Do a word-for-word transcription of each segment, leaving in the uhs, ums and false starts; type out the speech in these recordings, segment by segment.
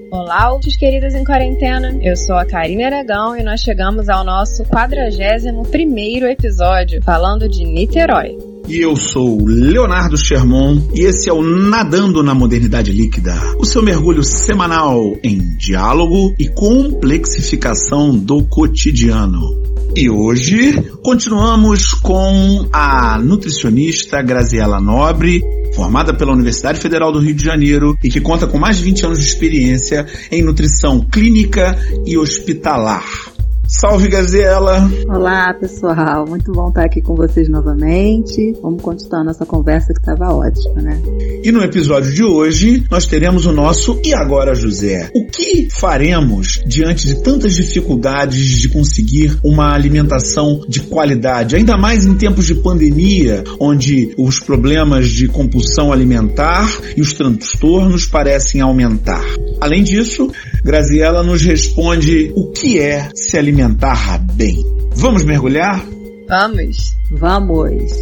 Olá, outros queridos em quarentena, eu sou a Karine Aragão e nós chegamos ao nosso quadragésimo primeiro episódio, falando de Niterói. E eu sou o Leonardo Sherman e esse é o Nadando na Modernidade Líquida, o seu mergulho semanal em diálogo e complexificação do cotidiano. E hoje continuamos com a nutricionista Graziela Nobre, formada pela Universidade Federal do Rio de Janeiro e que conta com mais de vinte anos de experiência em nutrição clínica e hospitalar. Salve, Graziela! Olá, pessoal. Muito bom estar aqui com vocês novamente. Vamos continuar nossa conversa que estava ótima, né? E no episódio de hoje, nós teremos o nosso E Agora, José? O que faremos diante de tantas dificuldades de conseguir uma alimentação de qualidade? Ainda mais em tempos de pandemia, onde os problemas de compulsão alimentar e os transtornos parecem aumentar. Além disso, Graziela nos responde o que é se alimentar bem. Vamos mergulhar? Vamos! Vamos!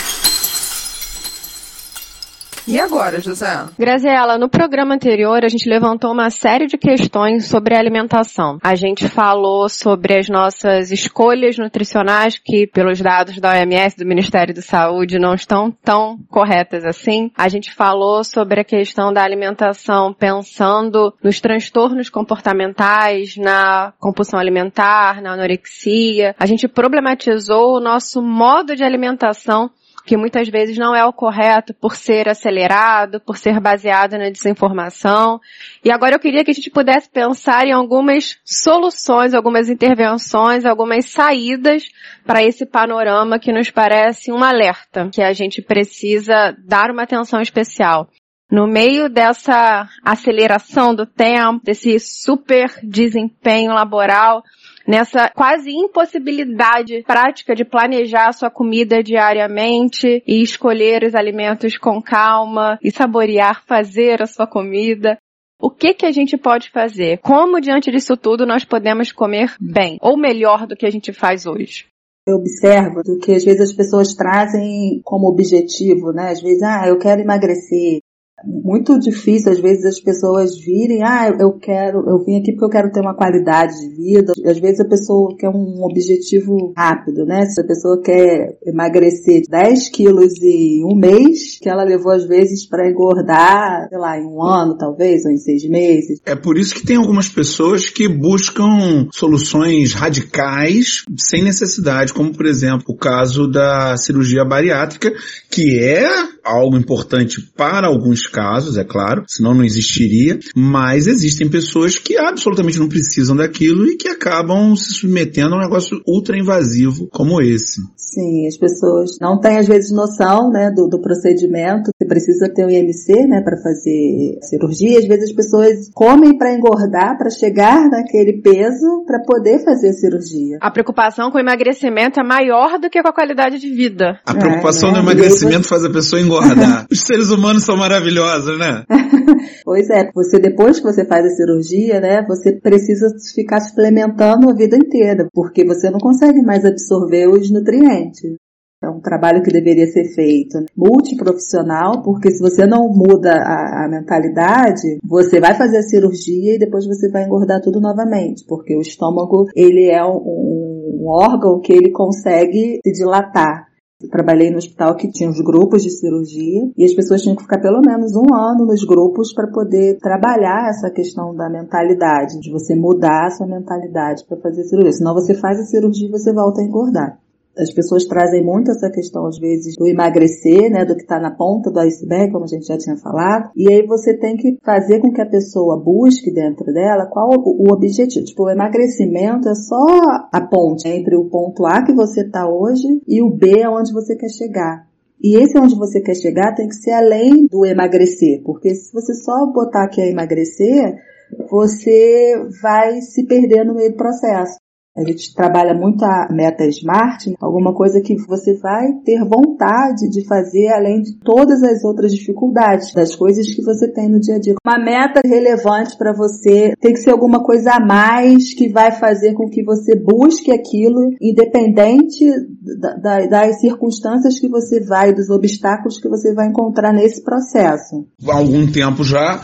E agora, José? Graziela, no programa anterior a gente levantou uma série de questões sobre a alimentação. A gente falou sobre as nossas escolhas nutricionais que, pelos dados da O M S, do Ministério da Saúde, não estão tão corretas assim. A gente falou sobre a questão da alimentação pensando nos transtornos comportamentais, na compulsão alimentar, na anorexia. A gente problematizou o nosso modo de alimentação, que muitas vezes não é o correto por ser acelerado, por ser baseado na desinformação. E agora eu queria que a gente pudesse pensar em algumas soluções, algumas intervenções, algumas saídas para esse panorama que nos parece um alerta, que a gente precisa dar uma atenção especial. No meio dessa aceleração do tempo, desse super desempenho laboral, nessa quase impossibilidade prática de planejar a sua comida diariamente e escolher os alimentos com calma e saborear, fazer a sua comida. O que que a gente pode fazer? Como, diante disso tudo, nós podemos comer bem ou melhor do que a gente faz hoje? Eu observo do que às vezes as pessoas trazem como objetivo, né? Às vezes, ah, eu quero emagrecer. Muito difícil, às vezes, as pessoas virem, ah, eu quero, eu vim aqui porque eu quero ter uma qualidade de vida. Às vezes a pessoa quer um objetivo rápido, né? Se a pessoa quer emagrecer dez quilos em um mês, que ela levou, às vezes, para engordar, sei lá, em um ano, talvez, ou em seis meses. É por isso que tem algumas pessoas que buscam soluções radicais sem necessidade, como, por exemplo, o caso da cirurgia bariátrica, que é algo importante para alguns casos, é claro, senão não existiria, mas existem pessoas que absolutamente não precisam daquilo e que acabam se submetendo a um negócio ultra invasivo como esse. Sim, as pessoas não têm às vezes noção, né, do, do procedimento. Você precisa ter um I M C, né, para fazer cirurgia. Às vezes as pessoas comem para engordar, para chegar naquele peso, para poder fazer a cirurgia. A preocupação com o emagrecimento é maior do que com a qualidade de vida. A preocupação é, né? do emagrecimento faz a pessoa engordar. Os seres humanos são maravilhosos, né? Pois é, você depois que você faz a cirurgia, né, você precisa ficar suplementando a vida inteira, porque você não consegue mais absorver os nutrientes. É um trabalho que deveria ser feito, né, multiprofissional, porque se você não muda a, a mentalidade, você vai fazer a cirurgia e depois você vai engordar tudo novamente, porque o estômago, ele é um, um órgão que ele consegue se dilatar. Eu trabalhei no hospital que tinha os grupos de cirurgia e as pessoas tinham que ficar pelo menos um ano nos grupos para poder trabalhar essa questão da mentalidade, de você mudar a sua mentalidade para fazer a cirurgia. Senão você faz a cirurgia e você volta a engordar. As pessoas trazem muito essa questão, às vezes, do emagrecer, né, do que está na ponta do iceberg, como a gente já tinha falado. E aí você tem que fazer com que a pessoa busque dentro dela qual o, o objetivo. Tipo, o emagrecimento é só a ponte entre o ponto A que você está hoje e o B aonde você quer chegar. E esse onde você quer chegar tem que ser além do emagrecer, porque se você só botar que é emagrecer, você vai se perder no meio do processo. A gente trabalha muito a meta SMART, alguma coisa que você vai ter vontade de fazer além de todas as outras dificuldades, das coisas que você tem no dia a dia. Uma meta relevante para você tem que ser alguma coisa a mais que vai fazer com que você busque aquilo, independente da, da, das circunstâncias que você vai, dos obstáculos que você vai encontrar nesse processo. Há algum tempo já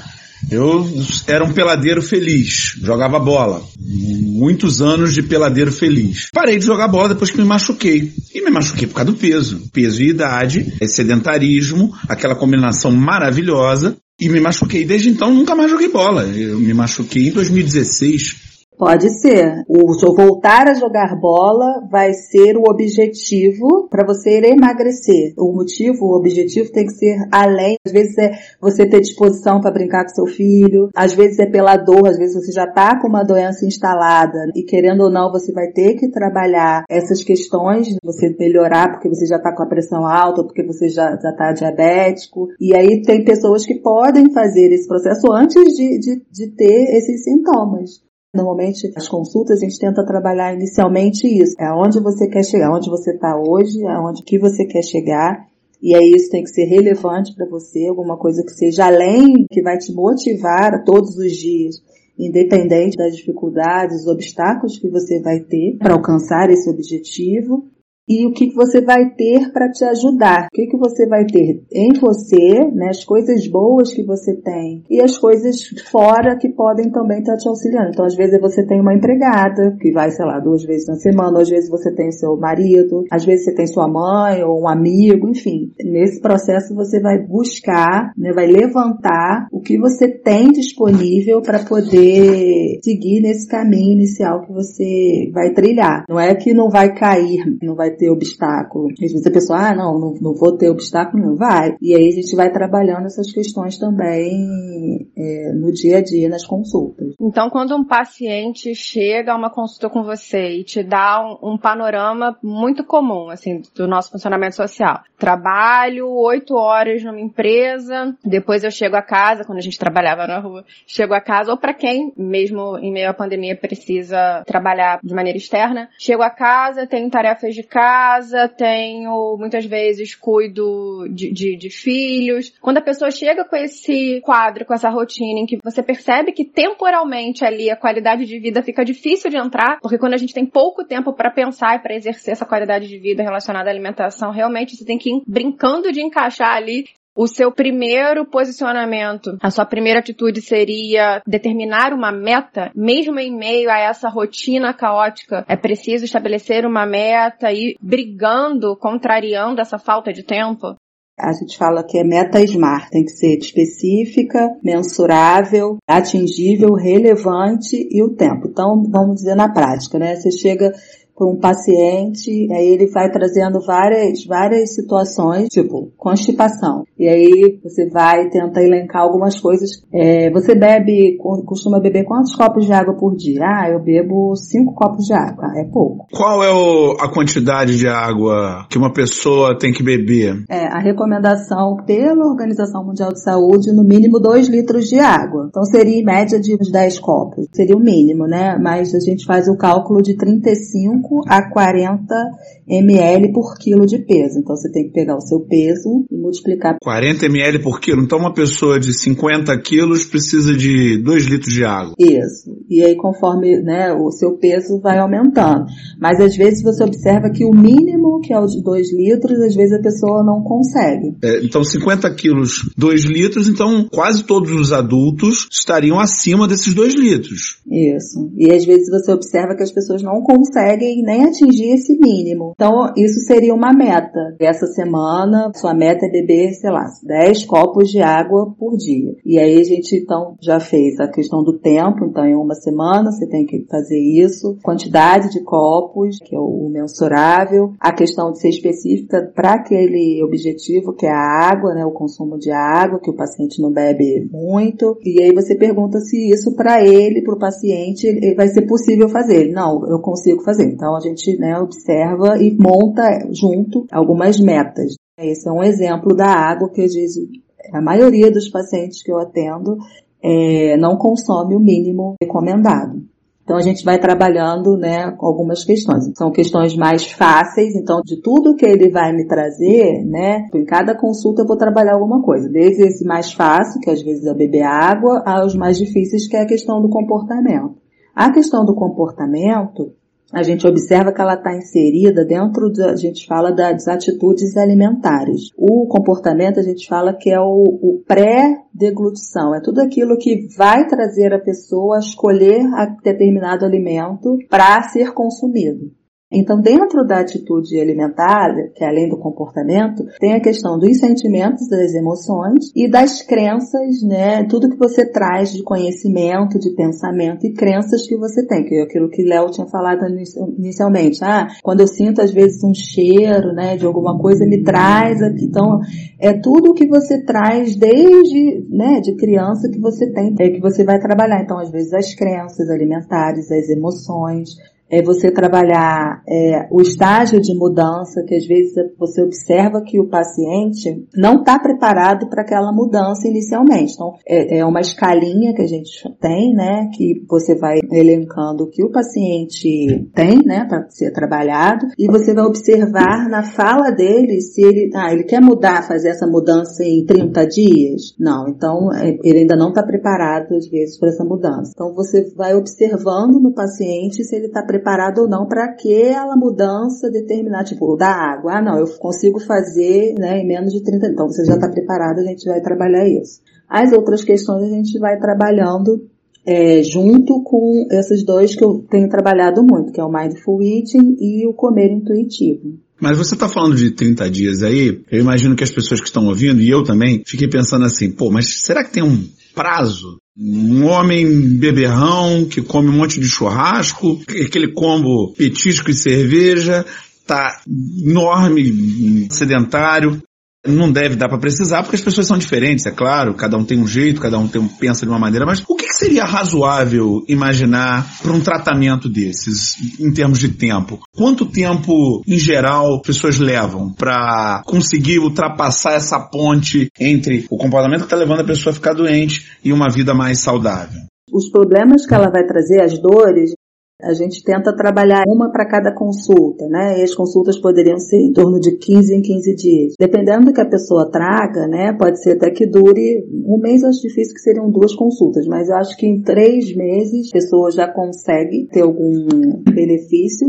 Eu era um peladeiro feliz, jogava bola. Muitos anos de peladeiro feliz. Parei de jogar bola depois que me machuquei. E me machuquei por causa do peso. Peso e idade, sedentarismo, aquela combinação maravilhosa. E me machuquei. Desde então nunca mais joguei bola. Eu me machuquei em dois mil e dezesseis. Pode ser. O seu voltar a jogar bola vai ser o objetivo para você emagrecer. O motivo, o objetivo tem que ser além. Às vezes é você ter disposição para brincar com seu filho. Às vezes é pela dor. Às vezes você já está com uma doença instalada. E querendo ou não, você vai ter que trabalhar essas questões. Você melhorar porque você já está com a pressão alta, ou porque você já está diabético. E aí tem pessoas que podem fazer esse processo antes de, de, de ter esses sintomas. Normalmente, as consultas, a gente tenta trabalhar inicialmente isso. É onde você quer chegar, onde você está hoje, aonde que você quer chegar. E aí isso tem que ser relevante para você, alguma coisa que seja além, que vai te motivar todos os dias, independente das dificuldades, dos obstáculos que você vai ter para alcançar esse objetivo. E o que você vai ter para te ajudar. O que você vai ter em você, né, as coisas boas que você tem e as coisas fora que podem também estar te auxiliando. Então, às vezes você tem uma empregada que vai, sei lá, duas vezes na semana, às vezes você tem seu marido, às vezes você tem sua mãe ou um amigo, enfim. Nesse processo você vai buscar, né, vai levantar o que você tem disponível para poder seguir nesse caminho inicial que você vai trilhar. Não é que não vai cair, não vai ter obstáculo. Às vezes a pessoa, ah, não, não, não vou ter obstáculo, não vai. E aí a gente vai trabalhando essas questões também é, no dia a dia, nas consultas. Então, quando um paciente chega a uma consulta com você e te dá um, um panorama muito comum, assim, do nosso funcionamento social. Trabalho oito horas numa empresa, depois eu chego a casa, quando a gente trabalhava na rua, chego a casa, ou para quem, mesmo em meio à pandemia, precisa trabalhar de maneira externa, chego a casa, tenho tarefas de casa, casa, tenho, muitas vezes, cuido de, de, de filhos. Quando a pessoa chega com esse quadro, com essa rotina, em que você percebe que temporalmente ali a qualidade de vida fica difícil de entrar, porque quando a gente tem pouco tempo para pensar e para exercer essa qualidade de vida relacionada à alimentação, realmente você tem que ir brincando de encaixar ali. O seu primeiro posicionamento, a sua primeira atitude seria determinar uma meta, mesmo em meio a essa rotina caótica. É preciso estabelecer uma meta e ir brigando, contrariando essa falta de tempo? A gente fala que é meta SMART, tem que ser específica, mensurável, atingível, relevante e o tempo. Então, vamos dizer na prática, né? Você chega por um paciente, aí ele vai trazendo várias, várias situações, tipo constipação. E aí você vai tentar elencar algumas coisas. É, você bebe, costuma beber quantos copos de água por dia? Ah, eu bebo cinco copos de água. Ah, é pouco. Qual é o, a quantidade de água que uma pessoa tem que beber? É, a recomendação pela Organização Mundial de Saúde, no mínimo dois litros de água. Então seria em média de uns dez copos. Seria o mínimo, né? Mas a gente faz o cálculo de trinta e cinco a quarenta mililitros por quilo de peso. Então você tem que pegar o seu peso e multiplicar. quarenta mililitros por quilo. Então uma pessoa de cinquenta quilos precisa de dois litros de água. Isso. E aí conforme, né, o seu peso vai aumentando. Mas às vezes você observa que o mínimo, que é o de dois litros, às vezes a pessoa não consegue. É, então cinquenta quilos, dois litros, então quase todos os adultos estariam acima desses dois litros. Isso. E às vezes você observa que as pessoas não conseguem nem atingir esse mínimo. Então, isso seria uma meta. Essa semana, sua meta é beber, sei lá, dez copos de água por dia. E aí a gente, então, já fez a questão do tempo. Então, em uma semana, você tem que fazer isso. Quantidade de copos, que é o mensurável. A questão de ser específica para aquele objetivo, que é a água, né? O consumo de água, que o paciente não bebe muito. E aí você pergunta se isso para ele, para o paciente, vai ser possível fazer. Não, eu consigo fazer. Então, a gente, né, observa e monta junto algumas metas. Esse é um exemplo da água que eu digo, a maioria dos pacientes que eu atendo é, não consome o mínimo recomendado. Então, a gente vai trabalhando, né, com algumas questões. São questões mais fáceis, então, de tudo que ele vai me trazer, né, em cada consulta eu vou trabalhar alguma coisa. Desde esse mais fácil, que às vezes é beber água, aos mais difíceis, que é a questão do comportamento. A questão do comportamento, a gente observa que ela está inserida dentro, de, a gente fala das atitudes alimentares. O comportamento a gente fala que é o, o pré-deglutição, é tudo aquilo que vai trazer a pessoa a escolher a determinado alimento para ser consumido. Então, dentro da atitude alimentar, que é além do comportamento, tem a questão dos sentimentos, das emoções e das crenças, né? Tudo que você traz de conhecimento, de pensamento e crenças que você tem, que é aquilo que Léo tinha falado inicialmente. Ah, quando eu sinto às vezes um cheiro, né, de alguma coisa, me traz aqui. Então, é tudo que você traz desde, né, de criança que você tem, é que você vai trabalhar. Então, às vezes, as crenças alimentares, as emoções, é você trabalhar é, o estágio de mudança, que às vezes você observa que o paciente não está preparado para aquela mudança inicialmente. Então, é, é uma escalinha que a gente tem, né, que você vai elencando o que o paciente tem, né, para ser trabalhado, e você vai observar na fala dele se ele, ah, ele quer mudar, fazer essa mudança em trinta dias? Não, então ele ainda não está preparado, às vezes, para essa mudança. Então, você vai observando no paciente se ele está preparado preparado ou não para aquela mudança determinada, tipo, da água. Ah, não, eu consigo fazer, né, em menos de trinta, então você já está preparado, a gente vai trabalhar isso. As outras questões a gente vai trabalhando é, junto com esses dois que eu tenho trabalhado muito, que é o Mindful Eating e o Comer Intuitivo. Mas você está falando de trinta dias aí, eu imagino que as pessoas que estão ouvindo, e eu também, fiquei pensando assim, pô, mas será que tem um prazo? Um homem beberrão que come um monte de churrasco, aquele combo petisco e cerveja, tá enorme, sedentário. Não deve dar para precisar, porque as pessoas são diferentes, é claro, cada um tem um jeito, cada um tem um, pensa de uma maneira, mas o que, que seria razoável imaginar para um tratamento desses, em termos de tempo? Quanto tempo, em geral, pessoas levam para conseguir ultrapassar essa ponte entre o comportamento que está levando a pessoa a ficar doente e uma vida mais saudável? Os problemas que ela vai trazer, as dores, a gente tenta trabalhar uma para cada consulta, né? E as consultas poderiam ser em torno de quinze em quinze dias. Dependendo do que a pessoa traga, né? Pode ser até que dure um mês, eu acho difícil que seriam duas consultas, mas eu acho que em três meses a pessoa já consegue ter algum benefício.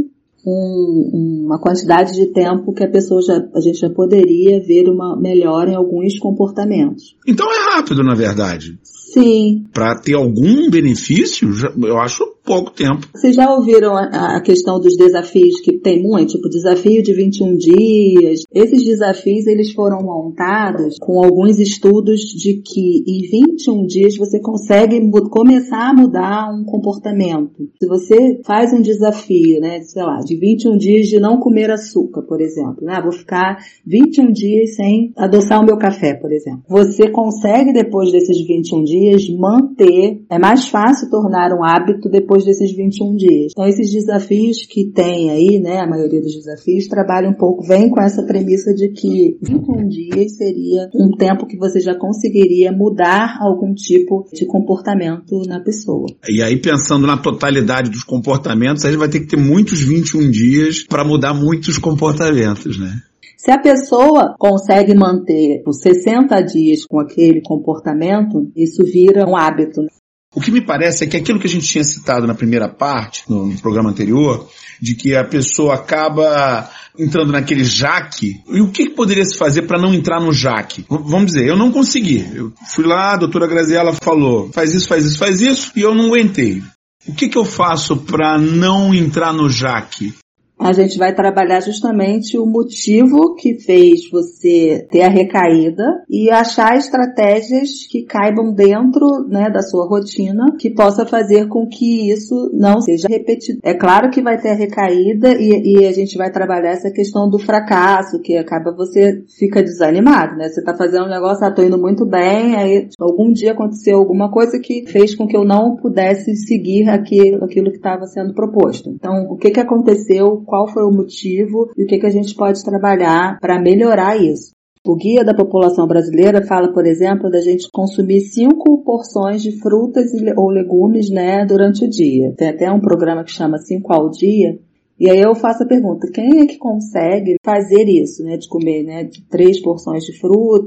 Um, uma quantidade de tempo que a pessoa já, a gente já poderia ver uma melhora em alguns comportamentos. Então é rápido, na verdade. Sim. Para ter algum benefício, eu acho pouco tempo. Vocês já ouviram a, a questão dos desafios, que tem muito, tipo desafio de vinte e um dias? Esses desafios, eles foram montados com alguns estudos de que em vinte e um dias você consegue começar a mudar um comportamento. Se você faz um desafio, né, sei lá, de vinte e um dias de não comer açúcar, por exemplo, né, vou ficar vinte e um dias sem adoçar o meu café, por exemplo. Você consegue, depois desses vinte e um dias, manter, é mais fácil tornar um hábito depois desses vinte e um dias. Então, esses desafios que tem aí, né, a maioria dos desafios, trabalha um pouco, vem com essa premissa de que vinte e um dias seria um tempo que você já conseguiria mudar algum tipo de comportamento na pessoa. E aí, pensando na totalidade dos comportamentos, a gente vai ter que ter muitos vinte e um dias para mudar muitos comportamentos, né? Se a pessoa consegue manter os sessenta dias com aquele comportamento, isso vira um hábito. O que me parece é que aquilo que a gente tinha citado na primeira parte, no programa anterior, de que a pessoa acaba entrando naquele jaque, e o que, que poderia se fazer para não entrar no jaque? V- vamos dizer, eu não consegui. Eu fui lá, a doutora Graziella falou, faz isso, faz isso, faz isso, e eu não aguentei. O que, que eu faço para não entrar no jaque? A gente vai trabalhar justamente o motivo que fez você ter a recaída e achar estratégias que caibam dentro, né, da sua rotina, que possa fazer com que isso não seja repetido. É claro que vai ter a recaída e, e a gente vai trabalhar essa questão do fracasso, que acaba você fica desanimado, né? Você tá fazendo um negócio, ah, tô indo muito bem, aí algum dia aconteceu alguma coisa que fez com que eu não pudesse seguir aquilo, aquilo que estava sendo proposto. Então, o que que aconteceu? Qual foi o motivo e o que, que a gente pode trabalhar para melhorar isso. O Guia da População Brasileira fala, por exemplo, da gente consumir cinco porções de frutas ou legumes, né, durante o dia. Tem até um programa que chama cinco ao dia. E aí eu faço a pergunta, quem é que consegue fazer isso, né, de comer, né, de três porções de fruta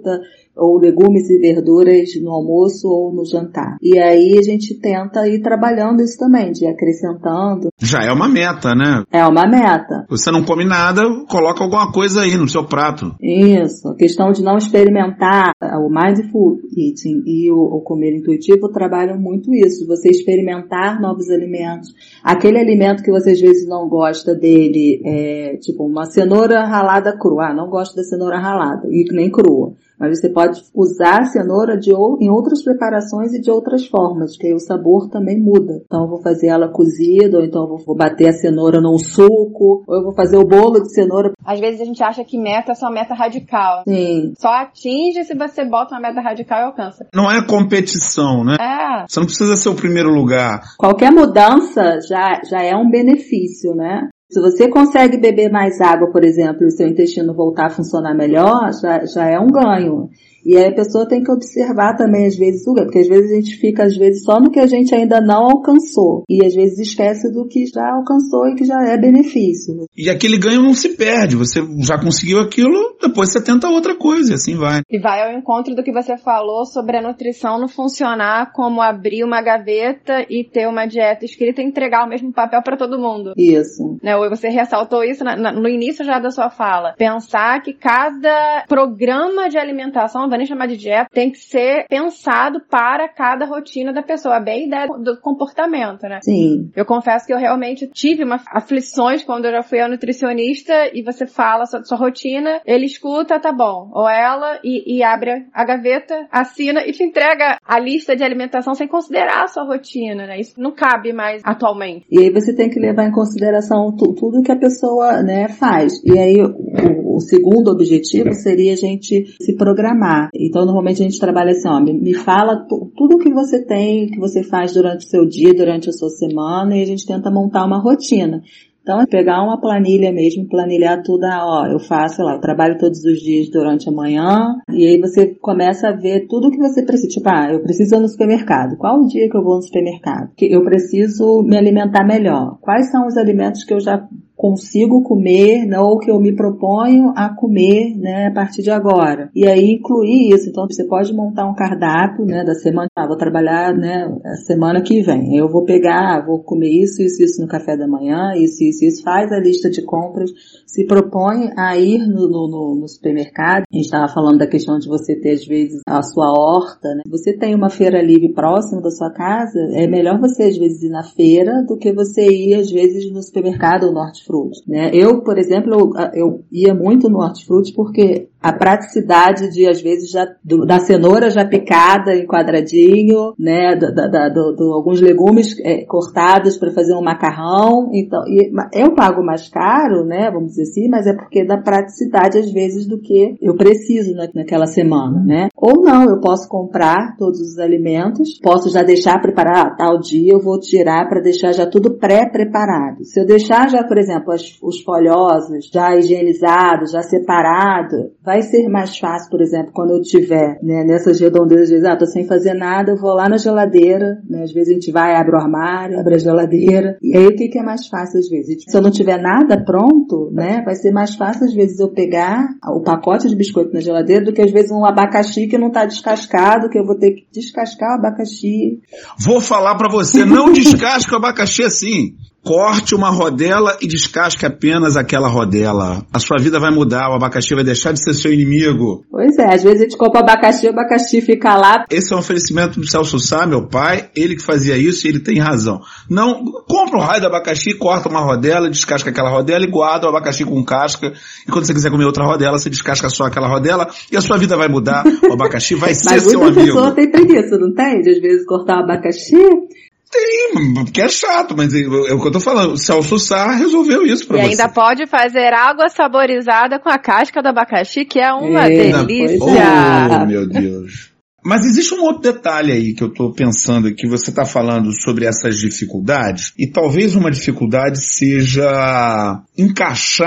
ou legumes e verduras no almoço ou no jantar. E aí a gente tenta ir trabalhando isso também, de ir acrescentando. Já é uma meta, né? É uma meta. Você não come nada, coloca alguma coisa aí no seu prato. Isso. A questão de não experimentar. O Mindful Eating e o, o Comer Intuitivo trabalham muito isso. Você experimentar novos alimentos. Aquele alimento que você às vezes não gosta dele, é tipo uma cenoura ralada crua. Ah, não gosto da cenoura ralada e nem crua. Mas você pode usar a cenoura de, em outras preparações e de outras formas, que aí o sabor também muda. Então eu vou fazer ela cozida, ou então eu vou bater a cenoura num suco, ou eu vou fazer o bolo de cenoura. Às vezes a gente acha que meta é só meta radical. Sim. Só atinge se você bota uma meta radical e alcança. Não é competição, né? É. Você não precisa ser o primeiro lugar. Qualquer mudança já, já é um benefício, né? Se você consegue beber mais água, por exemplo, e o seu intestino voltar a funcionar melhor, já, já é um ganho. E aí a pessoa tem que observar também, às vezes, o ganho, porque às vezes a gente fica, às vezes, só no que a gente ainda não alcançou. E às vezes esquece do que já alcançou e que já é benefício. E aquele ganho não se perde. Você já conseguiu aquilo, depois você tenta outra coisa, e assim vai. E vai ao encontro do que você falou sobre a nutrição não funcionar como abrir uma gaveta e ter uma dieta escrita e entregar o mesmo papel para todo mundo. Isso. Né? Você ressaltou isso na, na, no início já da sua fala. Pensar que cada programa de alimentação, não vou nem chamar de dieta, tem que ser pensado para cada rotina da pessoa. Bem a ideia do comportamento, né? Sim. Eu confesso que eu realmente tive uma aflições quando eu já fui ao nutricionista e você fala sua, sua rotina, ele escuta, tá bom. Ou ela e, e abre a gaveta, assina e te entrega a lista de alimentação sem considerar a sua rotina, né? Isso não cabe mais atualmente. E aí você tem que levar em consideração tu, tudo que a pessoa, né, faz. E aí o, o segundo objetivo seria a gente se programar. Então, normalmente a gente trabalha assim, ó, me, me fala t- tudo que você tem, que você faz durante o seu dia, durante a sua semana, e a gente tenta montar uma rotina. Então, é pegar uma planilha mesmo, planilhar tudo, ó, eu faço, sei lá, eu trabalho todos os dias durante a manhã, e aí você começa a ver tudo que você precisa. Tipo, ah, eu preciso ir no supermercado. Qual o dia que eu vou no supermercado? Que eu preciso me alimentar melhor. Quais são os alimentos que eu já consigo comer, né, ou que eu me proponho a comer, né, a partir de agora. E aí incluir isso. Então você pode montar um cardápio, né, da semana, ah, vou trabalhar, né, a semana que vem. Eu vou pegar, vou comer isso, isso, isso no café da manhã, isso, isso, isso. Faz a lista de compras, se propõe a ir no, no, no supermercado. A gente estava falando da questão de você ter, às vezes, a sua horta, né. Você tem uma feira livre próxima da sua casa, é melhor você, às vezes, ir na feira do que você ir, às vezes, no supermercado ou no hortifruti. Né? Eu, por exemplo, eu, eu ia muito no hortifruti porque a praticidade de, às vezes, já, do, da cenoura já picada em quadradinho, né, da, da, do, do, alguns legumes é, cortados para fazer um macarrão. Então, e, eu pago mais caro, né, vamos dizer assim, mas é porque da praticidade, às vezes, do que eu preciso na, naquela semana, né. Ou não, eu posso comprar todos os alimentos, posso já deixar preparar, ah, tal dia eu vou tirar para deixar já tudo pré-preparado. Se eu deixar já, por exemplo, as, os folhosos já higienizados, já separados, vai ser mais fácil, por exemplo, quando eu tiver, né, nessas redondezas, às vezes, ah, tô sem fazer nada, eu vou lá na geladeira, né, às vezes a gente vai, abre o armário, abre a geladeira, e aí o que que é mais fácil às vezes? Se eu não tiver nada pronto, né, vai ser mais fácil às vezes eu pegar o pacote de biscoito na geladeira do que às vezes um abacaxi que não tá descascado, que eu vou ter que descascar o abacaxi. Vou falar pra você, não descasque o abacaxi assim. Corte uma rodela e descasque apenas aquela rodela. A sua vida vai mudar, o abacaxi vai deixar de ser seu inimigo. Pois é, às vezes a gente compra abacaxi, o abacaxi fica lá. Esse é um oferecimento do Celso Sá, meu pai, ele que fazia isso e ele tem razão. Não, compra um raio de abacaxi, corta uma rodela, descasca aquela rodela e guarda o abacaxi com casca. E quando você quiser comer outra rodela, você descasca só aquela rodela e a sua vida vai mudar. O abacaxi vai ser seu amigo. Mas muita pessoa tem preguiça, não tem? De às vezes cortar o abacaxi. Tem, porque é chato, mas é, é o que eu tô falando. O Celso Sá resolveu isso pra e você. E ainda pode fazer água saborizada com a casca do abacaxi, que é uma é, delícia. Oh, meu Deus. Mas existe um outro detalhe aí que eu tô pensando aqui. Você tá falando sobre essas dificuldades, e talvez uma dificuldade seja encaixar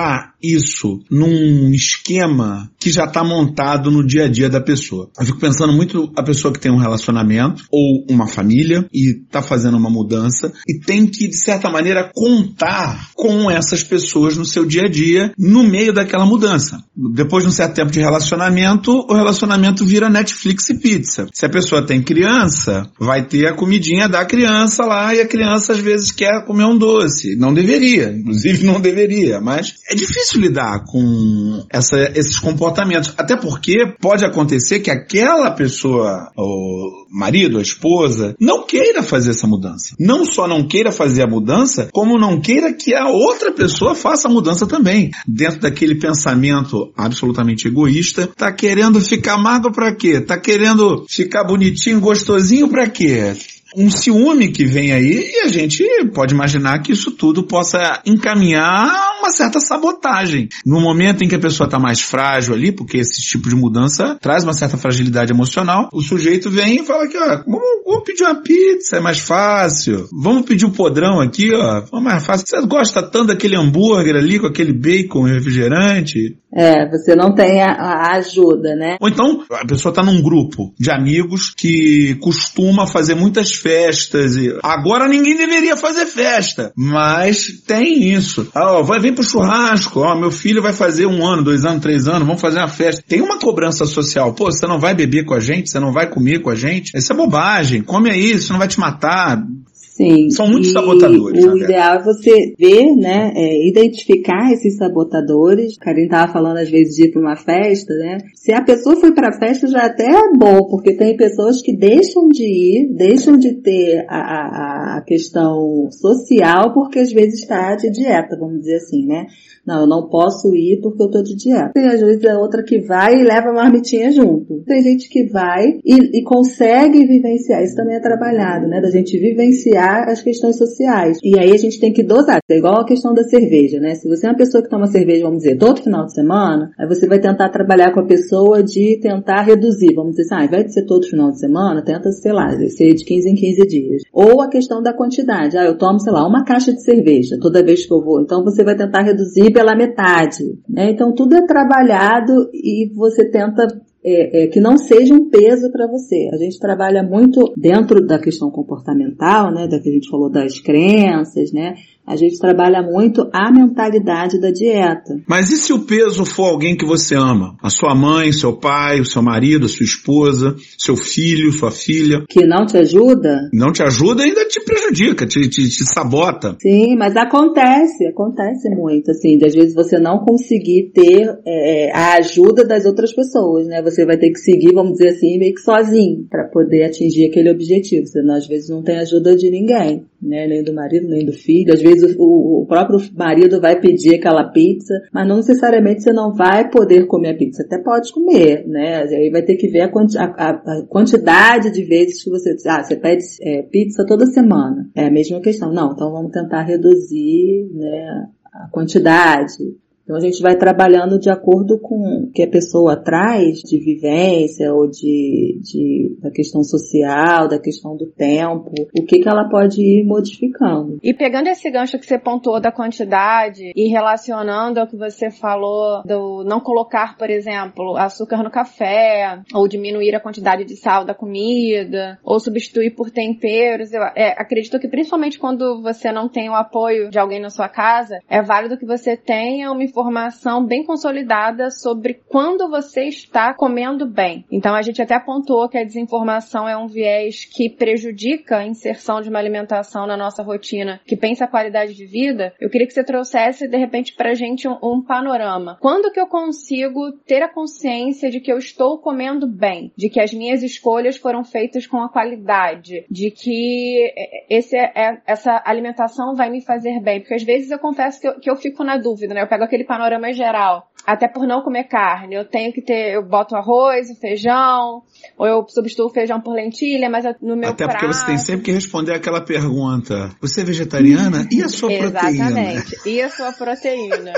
isso num esquema que já está montado no dia a dia da pessoa. Eu fico pensando muito a pessoa que tem um relacionamento ou uma família e está fazendo uma mudança e tem que, de certa maneira, contar com essas pessoas no seu dia a dia, no meio daquela mudança. Depois de um certo tempo de relacionamento, o relacionamento vira Netflix e pizza. Se a pessoa tem criança, vai ter a comidinha da criança lá e a criança às vezes quer comer um doce. Não deveria, inclusive não deveria, mas é difícil lidar com essa, esses comportamentos. Até porque pode acontecer que aquela pessoa, o marido, a esposa, não queira fazer essa mudança. Não só não queira fazer a mudança, como não queira que a outra pessoa faça a mudança também. Dentro daquele pensamento absolutamente egoísta, tá querendo ficar magro pra quê? Tá querendo ficar bonitinho, gostosinho pra quê? Um ciúme que vem aí e a gente pode imaginar que isso tudo possa encaminhar uma certa sabotagem. No momento em que a pessoa está mais frágil ali, porque esse tipo de mudança traz uma certa fragilidade emocional, o sujeito vem e fala que, ó, vamos, vamos pedir uma pizza, é mais fácil. Vamos pedir um podrão aqui, ó, é mais fácil. Você gosta tanto daquele hambúrguer ali com aquele bacon e refrigerante? É, você não tem a, a ajuda, né? Ou então, a pessoa está num grupo de amigos que costuma fazer muitas festas e agora ninguém deveria fazer festa, mas tem isso. Ah, ó, vai vir pro churrasco, ó, meu filho vai fazer um ano, dois anos, três anos, vamos fazer uma festa. Tem uma cobrança social. Pô, você não vai beber com a gente, você não vai comer com a gente. Isso é bobagem, come aí, isso não vai te matar. Sim. São muitos sabotadores. O ideal é você ver, né, é, identificar esses sabotadores. O Karine estava falando às vezes de ir para uma festa, né? Se a pessoa foi para a festa já até é bom, porque tem pessoas que deixam de ir, deixam de ter a, a, a questão social porque às vezes está de dieta, vamos dizer assim, né? Não, eu não posso ir porque eu tô de dieta. Tem às vezes é outra que vai e leva a marmitinha junto. Tem gente que vai e, e consegue vivenciar. Isso também é trabalhado, né? Da gente vivenciar as questões sociais. E aí a gente tem que dosar. É igual a questão da cerveja, né? Se você é uma pessoa que toma cerveja, vamos dizer, todo final de semana, aí você vai tentar trabalhar com a pessoa de tentar reduzir. Vamos dizer assim, ah, ao invés de ser todo final de semana, tenta, sei lá, ser de quinze em quinze dias. Ou a questão da quantidade. Ah, eu tomo, sei lá, uma caixa de cerveja toda vez que eu vou. Então você vai tentar reduzir pela metade, né? Então tudo é trabalhado e você tenta é, é, que não seja um peso para você. A gente trabalha muito dentro da questão comportamental, né? Da que a gente falou das crenças, né? A gente trabalha muito a mentalidade da dieta. Mas e se o peso for alguém que você ama? A sua mãe, seu pai, o seu marido, a sua esposa, seu filho, sua filha? Que não te ajuda? Não te ajuda e ainda te prejudica, te, te, te sabota. Sim, mas acontece, acontece muito, assim, de às vezes você não conseguir ter é, a ajuda das outras pessoas, né? Você vai ter que seguir, vamos dizer assim, meio que sozinho, para poder atingir aquele objetivo. Você às vezes não tem ajuda de ninguém, né? Nem do marido, nem do filho. Às vezes O, o próprio marido vai pedir aquela pizza, mas não necessariamente você não vai poder comer a pizza. Até pode comer, né? Aí vai ter que ver a, quanti, a, a quantidade de vezes que você... Ah, você pede é, pizza toda semana. É a mesma questão. Não, então vamos tentar reduzir, né, a quantidade. Então a gente vai trabalhando de acordo com o que a pessoa traz de vivência ou de, de da questão social, da questão do tempo, o que que ela pode ir modificando. E pegando esse gancho que você pontuou da quantidade e relacionando ao que você falou do não colocar, por exemplo, açúcar no café, ou diminuir a quantidade de sal da comida, ou substituir por temperos, eu é, acredito que principalmente quando você não tem o apoio de alguém na sua casa, é válido que você tenha uma informação bem consolidada sobre quando você está comendo bem. Então a gente até apontou que a desinformação é um viés que prejudica a inserção de uma alimentação na nossa rotina, que pensa a qualidade de vida. Eu queria que você trouxesse de repente pra gente um, um panorama. Quando que eu consigo ter a consciência de que eu estou comendo bem, de que as minhas escolhas foram feitas com a qualidade, de que esse é, essa alimentação vai me fazer bem? Porque às vezes eu confesso que eu, que eu fico na dúvida, né? Eu pego aquele panorama geral, até por não comer carne, eu tenho que ter, eu boto arroz e feijão, ou eu substituo o feijão por lentilha, mas eu, no meu até prato... Até porque você tem sempre que responder aquela pergunta, você é vegetariana? E a sua proteína? Exatamente, e a sua proteína?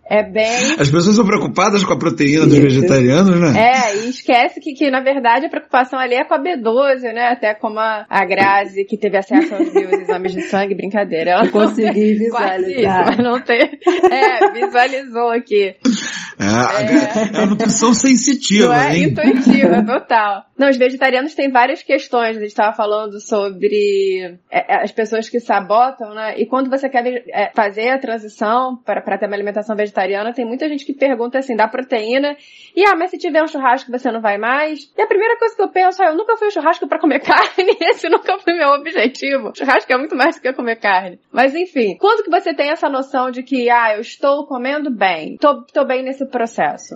É bem... As pessoas são preocupadas com a proteína dos vegetarianos, né? É, e esquece que, que, na verdade, a preocupação ali é com a B doze, né? Até como a, a Grazi, que teve acesso aos exames de sangue, brincadeira. Ela consegui visualizar. Mas não tem... É, visualizou aqui. É, é, é a nutrição sensitiva, não é hein? Intuitiva, total. Não, os vegetarianos têm várias questões. A gente estava falando sobre é, as pessoas que sabotam, né? E quando você quer é, fazer a transição para, para ter uma alimentação vegetariana, tem muita gente que pergunta assim, dá proteína, e ah, mas se tiver um churrasco você não vai mais? E a primeira coisa que eu penso, ah, eu nunca fui um churrasco para comer carne, esse nunca foi meu objetivo. Churrasco é muito mais do que comer carne. Mas enfim, quando que você tem essa noção de que, ah, eu estou comendo bem, tô, tô bem nesse processo?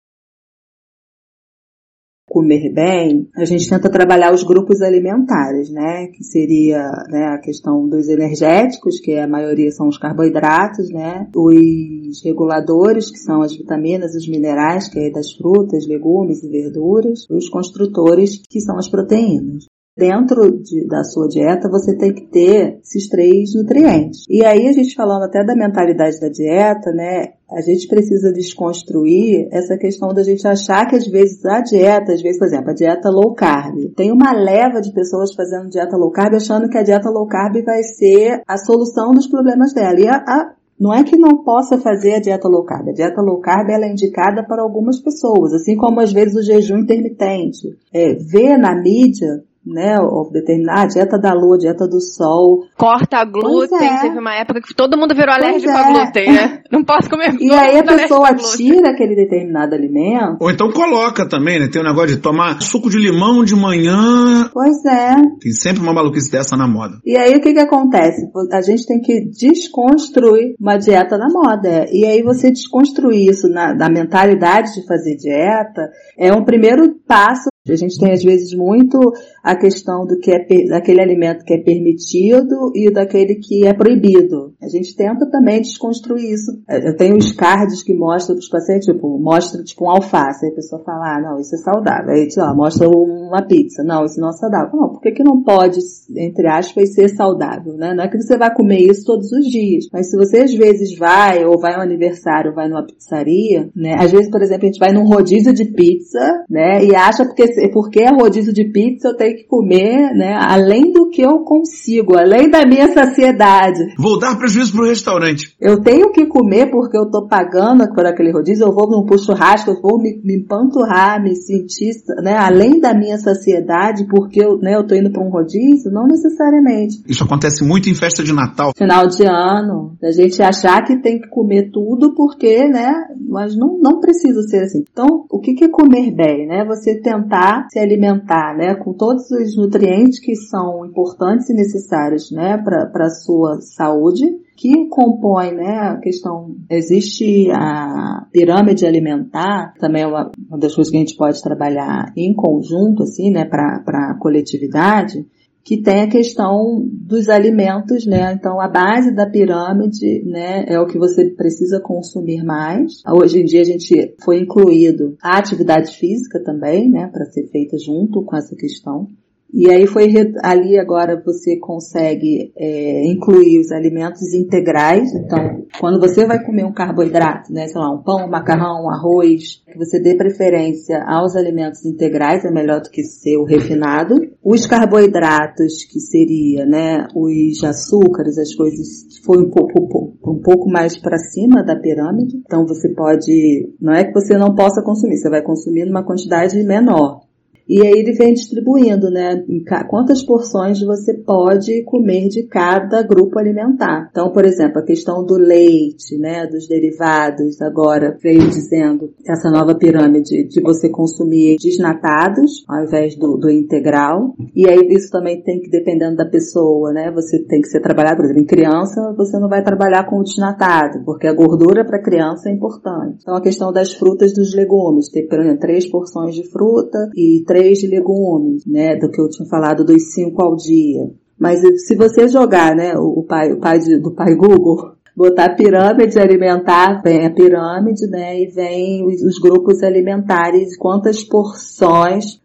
Comer bem, a gente tenta trabalhar os grupos alimentares, né, que seria, né, a questão dos energéticos, que a maioria são os carboidratos, né, os reguladores, que são as vitaminas, os minerais, que é das frutas, legumes e verduras, os construtores, que são as proteínas. Dentro de, da sua dieta, você tem que ter esses três nutrientes. E aí, a gente falando até da mentalidade da dieta, né, a gente precisa desconstruir essa questão da gente achar que às vezes a dieta, às vezes, por exemplo, a dieta low carb. Tem uma leva de pessoas fazendo dieta low carb achando que a dieta low carb vai ser a solução dos problemas dela. E a, a Não é que não possa fazer a dieta low carb. A dieta low carb ela é indicada para algumas pessoas, assim como às vezes o jejum intermitente. É, vê na mídia, né, ou determinar a dieta da lua, a dieta do sol. Corta glúten, é. Teve uma época que todo mundo virou alérgico é. a glúten, né? Não posso comer glúten. E aí a pessoa tira aquele determinado alimento. Ou então coloca também, né? Tem o um negócio de tomar suco de limão de manhã. Pois é. Tem sempre uma maluquice dessa na moda. E aí o que que acontece? A gente tem que desconstruir uma dieta na moda. E aí você desconstruir isso na, na mentalidade de fazer dieta é um primeiro passo. A gente tem às vezes muito a questão do que é daquele alimento que é permitido e daquele que é proibido. A gente tenta também desconstruir isso. Eu tenho os cards que mostram para os pacientes, tipo, mostra tipo um alface. Aí a pessoa fala, ah, não, isso é saudável. Aí, sei lá, mostra uma pizza. Não, isso não é saudável. Não, por que que não pode, entre aspas, ser saudável, né? Não é que você vai comer isso todos os dias. Mas se você às vezes vai, ou vai a um aniversário, ou vai numa pizzaria, né? Às vezes, por exemplo, a gente vai num rodízio de pizza, né? E acha porque porque é rodízio de pizza eu tenho que comer, né, além do que eu consigo, além da minha saciedade. Vou dar prejuízo pro restaurante. Eu tenho que comer porque eu tô pagando por aquele rodízio, eu vou no churrasco, eu vou me, me empanturrar, me sentir, né, além da minha saciedade, porque eu, né, eu tô indo pra um rodízio? Não necessariamente. Isso acontece muito em festa de Natal. Final de ano, a gente achar que tem que comer tudo porque, né, mas não, não precisa ser assim. Então, o que que é comer bem, né? Você tentar se alimentar, né, com todos os nutrientes que são importantes e necessários, né, para a sua saúde, que compõe, né, a questão, existe a pirâmide alimentar, também é uma, uma das coisas que a gente pode trabalhar em conjunto, assim, né, para a coletividade, que tem a questão dos alimentos, né? Então, a base da pirâmide, né, é o que você precisa consumir mais. Hoje em dia, a gente foi incluído a atividade física também, né, para ser feita junto com essa questão. E aí foi, ali agora você consegue é, incluir os alimentos integrais. Então, quando você vai comer um carboidrato, né, sei lá, um pão, um macarrão, um arroz, que você dê preferência aos alimentos integrais, é melhor do que ser o refinado. Os carboidratos, que seria, né, os açúcares, as coisas que foi um pouco, um pouco mais para cima da pirâmide. Então, você pode, não é que você não possa consumir, você vai consumir numa quantidade menor. E aí ele vem distribuindo, né, quantas porções você pode comer de cada grupo alimentar. Então, por exemplo, a questão do leite, né, dos derivados, agora veio dizendo essa nova pirâmide de você consumir desnatados ao invés do, do integral. E aí isso também tem que, dependendo da pessoa, né, você tem que ser trabalhado, por exemplo, em criança você não vai trabalhar com o desnatado, porque a gordura para criança é importante. Então, a questão das frutas, dos legumes, tem, por exemplo, três porções de fruta e três de legumes, né, do que eu tinha falado dos cinco ao dia. Mas se você jogar, né, o pai, o pai de, do pai Google, botar pirâmide alimentar, vem a pirâmide, né, e vem os, os grupos alimentares, quantas porções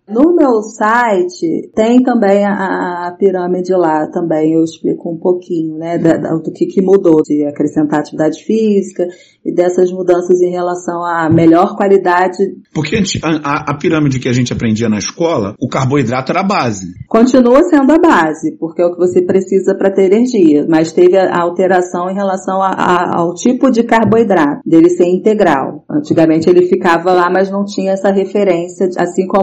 No meu site tem também a, a pirâmide lá também, eu explico um pouquinho, né, da, da, do que, que mudou, de acrescentar atividade física e dessas mudanças em relação à melhor qualidade. Porque a, a, a pirâmide que a gente aprendia na escola, o carboidrato era a base. Continua sendo a base, porque é o que você precisa para ter energia, mas teve a alteração em relação a, a, ao tipo de carboidrato, dele ser integral. Antigamente ele ficava lá, mas não tinha essa referência, assim como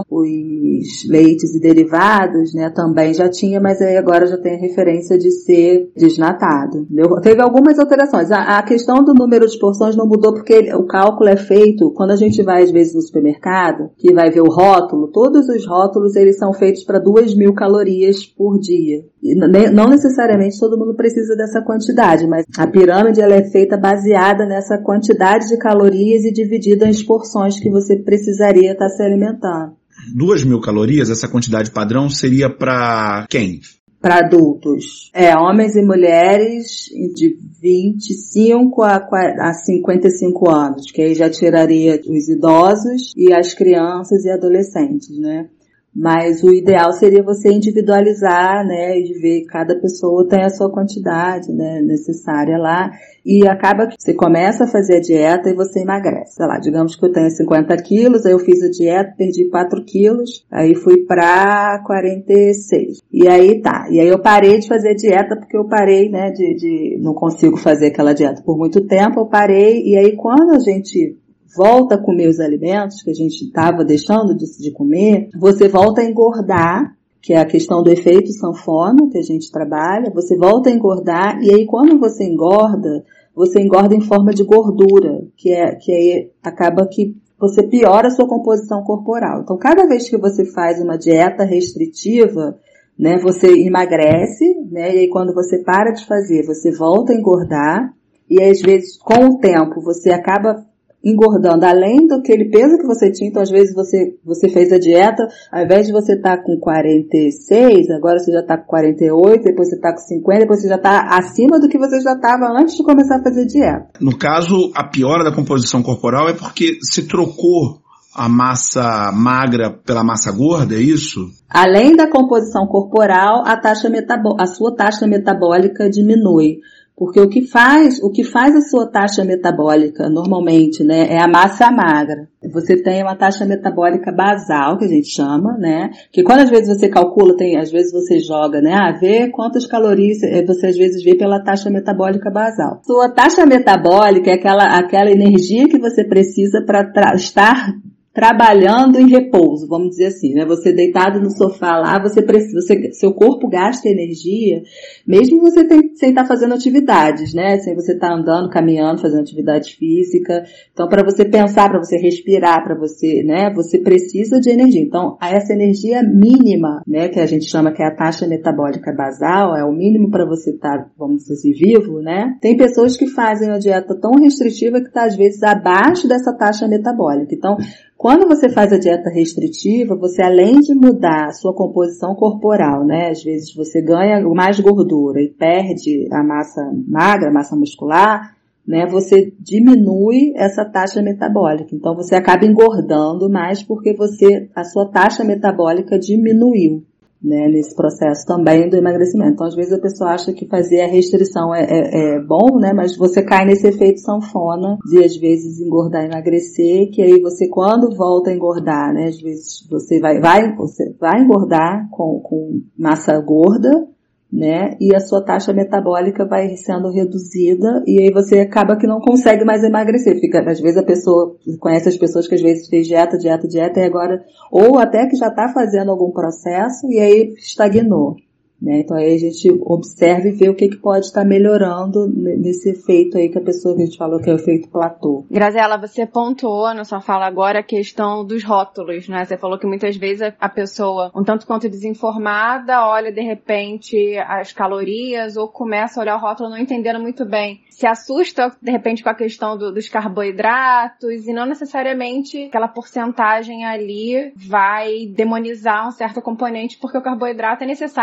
os leites e derivados, né, também já tinha, mas aí agora já tem a referência de ser desnatado. Entendeu? Teve algumas alterações. A, a questão do número de porções não mudou porque ele, o cálculo é feito, quando a gente vai às vezes no supermercado, que vai ver o rótulo, todos os rótulos eles são feitos para duas mil calorias por dia. E não necessariamente todo mundo precisa dessa quantidade, mas a pirâmide ela é feita baseada nessa quantidade de calorias e dividida em porções que você precisaria estar se alimentando. Duas mil calorias, essa quantidade padrão seria para quem? Para adultos. É, homens e mulheres de vinte e cinco a cinquenta e cinco anos, que aí já tiraria os idosos e as crianças e adolescentes, né? Mas o ideal seria você individualizar, né, e ver que cada pessoa tem a sua quantidade, né, necessária lá. E acaba que você começa a fazer a dieta e você emagrece. Sei lá, digamos que eu tenho cinquenta quilos, aí eu fiz a dieta, perdi quatro quilos, aí fui pra quarenta e seis. E aí tá. E aí eu parei de fazer a dieta porque eu parei, né, de, de, não consigo fazer aquela dieta por muito tempo, eu parei. E aí quando a gente volta a comer os alimentos que a gente estava deixando de, de comer, você volta a engordar, que é a questão do efeito sanfona que a gente trabalha, você volta a engordar e aí quando você engorda, você engorda em forma de gordura, que é que aí acaba que você piora a sua composição corporal. Então cada vez que você faz uma dieta restritiva, né, você emagrece, né, e aí quando você para de fazer, você volta a engordar e aí, às vezes com o tempo você acaba engordando além do aquele peso que você tinha. Então às vezes você, você fez a dieta, ao invés de você estar tá com quarenta e seis, agora você já está com quarenta e oito, depois você está com cinquenta, depois você já está acima do que você já estava antes de começar a fazer dieta. No caso, a piora da composição corporal é porque se trocou a massa magra pela massa gorda, é isso? Além da composição corporal, a taxa metabó- a sua taxa metabólica diminui. Porque o que faz, o que faz a sua taxa metabólica normalmente, né, é a massa magra. Você tem uma taxa metabólica basal, que a gente chama, né, que quando às vezes você calcula, tem, às vezes você joga, né, ah, vê quantas calorias, você às vezes vê pela taxa metabólica basal. Sua taxa metabólica é aquela, aquela energia que você precisa para tra- estar trabalhando em repouso, vamos dizer assim, né? Você deitado no sofá lá, você precisa, você, seu corpo gasta energia, mesmo você tem, sem estar fazendo atividades, né? Sem você estar andando, caminhando, fazendo atividade física. Então, para você pensar, para você respirar, para você, né? Você precisa de energia. Então, essa energia mínima, né? Que a gente chama que é a taxa metabólica basal, é o mínimo para você estar, vamos dizer assim, vivo, né? Tem pessoas que fazem uma dieta tão restritiva que está, às vezes, abaixo dessa taxa metabólica. Então, quando você faz a dieta restritiva, você além de mudar a sua composição corporal, né, às vezes você ganha mais gordura e perde a massa magra, a massa muscular, né, você diminui essa taxa metabólica. Então você acaba engordando mais porque você, a sua taxa metabólica diminuiu, né, nesse processo também do emagrecimento. Então às vezes a pessoa acha que fazer a restrição é, é, é bom, né, mas você cai nesse efeito sanfona de às vezes engordar e emagrecer, que aí você quando volta a engordar, né, às vezes você vai, vai, você vai engordar com, com massa gorda, né, e a sua taxa metabólica vai sendo reduzida e aí você acaba que não consegue mais emagrecer. Fica, às vezes a pessoa, conhece as pessoas que às vezes fez dieta, dieta, dieta e agora, ou até que já está fazendo algum processo e aí estagnou, né, então aí a gente observa e vê o que que pode estar melhorando nesse efeito aí que a pessoa que a gente falou que é o efeito platô. Graziela, você pontuou na sua fala agora a questão dos rótulos, né? Você falou que muitas vezes a pessoa, um tanto quanto desinformada, olha de repente as calorias ou começa a olhar o rótulo não entendendo muito bem. Se assusta de repente com a questão do, dos carboidratos e não necessariamente aquela porcentagem ali vai demonizar um certo componente porque o carboidrato é necessário, como você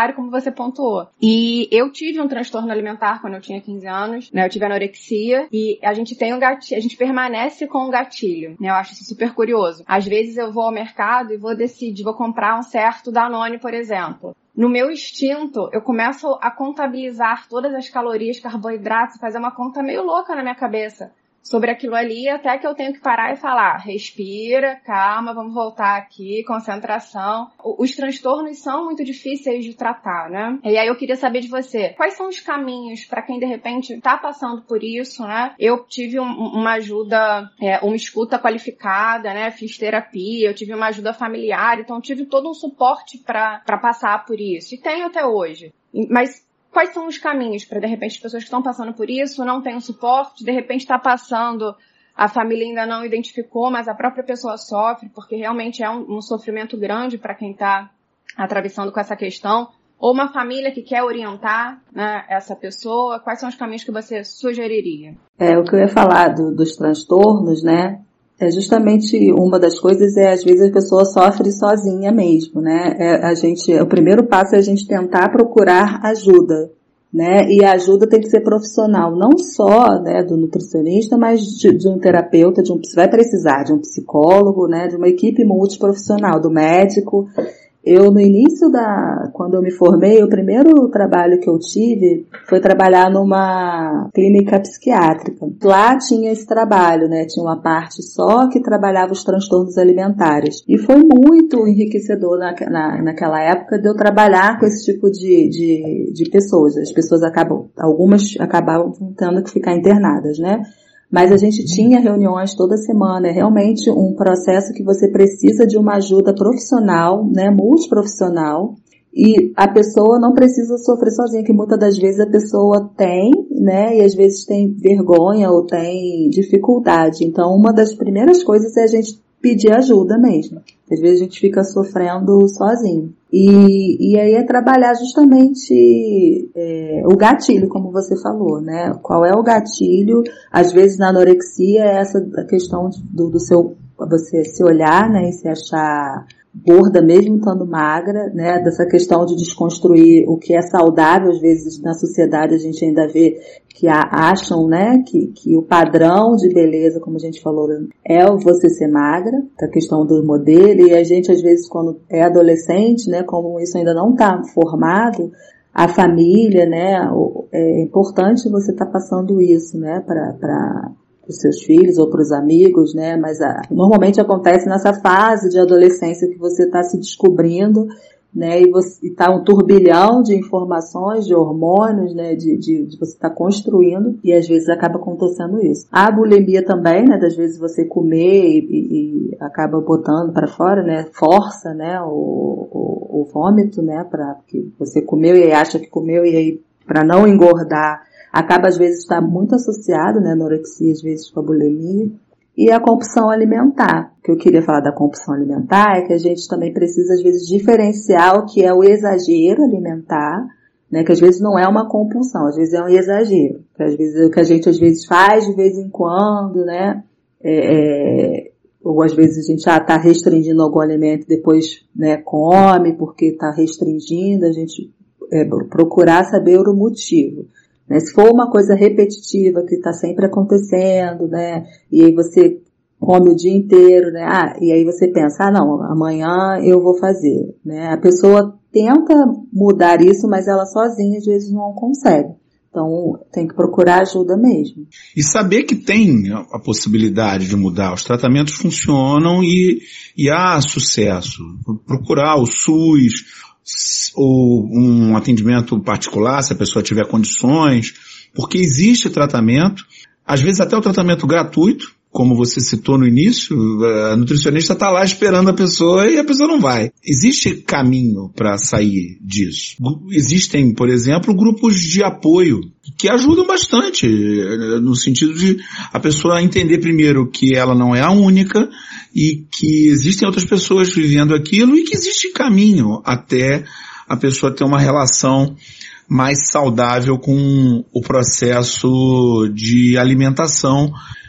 você pontuou. E eu tive um transtorno alimentar quando eu tinha quinze anos, né? Eu tive anorexia e a gente tem um gatilho, a gente permanece com um gatilho, né? Eu acho isso super curioso. Às vezes eu vou ao mercado e vou decidir, vou comprar um certo Danone, por exemplo. No meu instinto, eu começo a contabilizar todas as calorias, carboidratos, fazer uma conta meio louca na minha cabeça sobre aquilo ali, até que eu tenho que parar e falar, respira, calma, vamos voltar aqui, concentração. Os transtornos são muito difíceis de tratar, né? E aí eu queria saber de você, quais são os caminhos para quem de repente está passando por isso, né? Eu tive um, uma ajuda, é, uma escuta qualificada, né? Fiz terapia, eu tive uma ajuda familiar, então tive todo um suporte para para passar por isso. E tenho até hoje. Mas quais são os caminhos para, de repente, as pessoas que estão passando por isso não têm um suporte, de repente está passando, a família ainda não identificou, mas a própria pessoa sofre, porque realmente é um, um sofrimento grande para quem está atravessando com essa questão, ou uma família que quer orientar, né, essa pessoa, quais são os caminhos que você sugeriria? É, o que eu ia falar do, dos transtornos, né? É justamente uma das coisas é, às vezes, a pessoa sofre sozinha mesmo, né? É, a gente, o primeiro passo é a gente tentar procurar ajuda, né? E a ajuda tem que ser profissional, não só, né, do nutricionista, mas de, de um terapeuta, de um, você vai precisar de um psicólogo, né? De uma equipe multiprofissional, do médico. Eu, no início da, quando eu me formei, o primeiro trabalho que eu tive foi trabalhar numa clínica psiquiátrica. Lá tinha esse trabalho, né? Tinha uma parte só que trabalhava os transtornos alimentares. E foi muito enriquecedor na, na, naquela época de eu trabalhar com esse tipo de, de, de pessoas. As pessoas acabam, algumas acabavam tendo que ficar internadas, né? Mas a gente tinha reuniões toda semana, é realmente um processo que você precisa de uma ajuda profissional, né, multiprofissional, e a pessoa não precisa sofrer sozinha, que muitas das vezes a pessoa tem, né, e às vezes tem vergonha ou tem dificuldade. Então, uma das primeiras coisas é a gente pedir ajuda mesmo. Às vezes a gente fica sofrendo sozinho. E, e aí é trabalhar justamente é, o gatilho, como você falou, né? Qual é o gatilho? Às vezes na anorexia é essa questão do, do seu, você se olhar, né, e se achar gorda mesmo estando magra, né, dessa questão de desconstruir o que é saudável. Às vezes na sociedade a gente ainda vê que acham, né, que, que o padrão de beleza, como a gente falou, é o você ser magra, a questão do modelo, e a gente às vezes quando é adolescente, né, como isso ainda não está formado, a família, né, é importante você estar tá passando isso, né, para para os seus filhos ou para os amigos, né, mas a, normalmente acontece nessa fase de adolescência que você está se descobrindo, né, e você está um turbilhão de informações, de hormônios, né, de, de, de você estar tá construindo, e às vezes acaba acontecendo isso. A bulimia também, né, das vezes você comer e, e, e acaba botando para fora, né, força, né, o, o, o vômito, né, para que você comeu e aí acha que comeu e aí para não engordar, acaba às vezes estar muito associado, né, anorexia às vezes com a bulimia. E a compulsão alimentar. O que eu queria falar da compulsão alimentar é que a gente também precisa, às vezes, diferenciar o que é o exagero alimentar, né, que às vezes não é uma compulsão, às vezes é um exagero. Que às vezes é o que a gente às vezes faz de vez em quando, né, é, é, ou às vezes a gente já está restringindo algum alimento e depois, né, come porque está restringindo, a gente é, procurar saber o motivo. Né, se for uma coisa repetitiva que está sempre acontecendo, né, e aí você come o dia inteiro, né, ah, e aí você pensa, ah não, amanhã eu vou fazer, né, a pessoa tenta mudar isso, mas ela sozinha às vezes não consegue. Então, tem que procurar ajuda mesmo. E saber que tem a possibilidade de mudar. Os tratamentos funcionam e, e há sucesso. Procurar o SUS, ou um atendimento particular, se a pessoa tiver condições, porque existe tratamento, às vezes até o tratamento gratuito, como você citou no início, a nutricionista está lá esperando a pessoa e a pessoa não vai. Existe caminho para sair disso. Existem, por exemplo, grupos de apoio que ajudam bastante, no sentido de a pessoa entender primeiro que ela não é a única e que existem outras pessoas vivendo aquilo e que existe caminho até a pessoa ter uma relação mais saudável com o processo de alimentação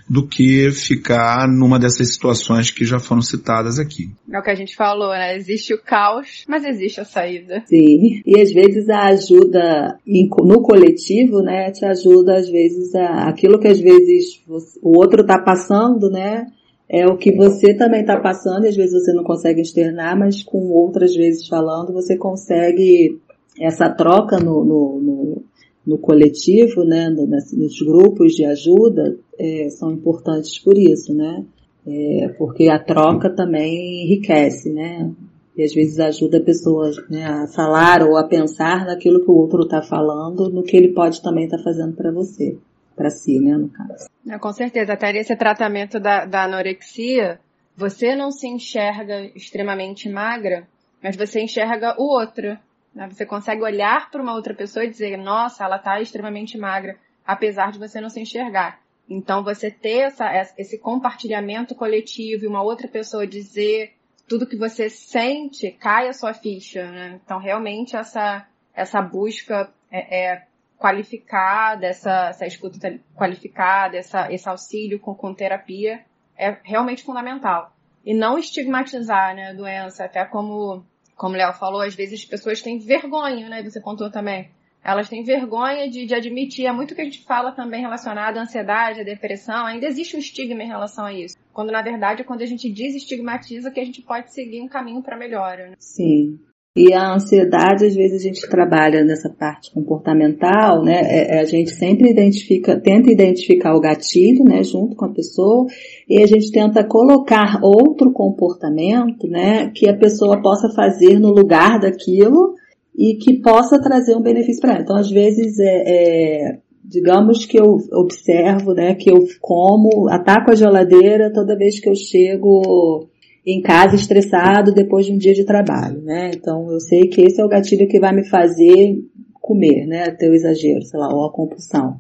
do que ficar numa dessas situações que já foram citadas aqui. É o que a gente falou, né? Existe o caos, mas existe a saída. Sim, e às vezes a ajuda no coletivo, né, te ajuda às vezes a, aquilo que às vezes você, o outro está passando, né, é o que você também está passando e às vezes você não consegue externar, mas com outras vezes falando você consegue essa troca no, no, no, no coletivo, né, no, nos grupos de ajuda, é, são importantes por isso, né, é, porque a troca também enriquece, né, e às vezes ajuda a pessoa, né, a falar ou a pensar naquilo que o outro está falando, no que ele pode também estar tá fazendo para você. Para si, né, no caso. É, com certeza, até nesse tratamento da, da anorexia, você não se enxerga extremamente magra, mas você enxerga o outro, né? Você consegue olhar para uma outra pessoa e dizer, nossa, ela está extremamente magra, apesar de você não se enxergar. Então, você ter essa, esse compartilhamento coletivo e uma outra pessoa dizer tudo que você sente, cai a sua ficha, né? Então, realmente, essa, essa busca é, é qualificada, essa, essa escuta qualificada, essa, esse auxílio com, com terapia é realmente fundamental. E não estigmatizar, né, a doença, até como, como o Léo falou, às vezes as pessoas têm vergonha, né, você contou também. Elas têm vergonha de, de admitir, é muito que a gente fala também relacionado à ansiedade, à depressão, ainda existe um estigma em relação a isso. Quando, na verdade, é quando a gente desestigmatiza que a gente pode seguir um caminho para melhora, né? Sim. E a ansiedade, às vezes a gente trabalha nessa parte comportamental, né, é, é, a gente sempre identifica, tenta identificar o gatilho, né, junto com a pessoa, e a gente tenta colocar outro comportamento, né, que a pessoa possa fazer no lugar daquilo e que possa trazer um benefício para ela. Então, às vezes, é, é, digamos que eu observo, né, que eu como, ataco a geladeira toda vez que eu chego em casa estressado depois de um dia de trabalho, né? Então eu sei que esse é o gatilho que vai me fazer comer, né? Ter o exagero, sei lá, ou a compulsão.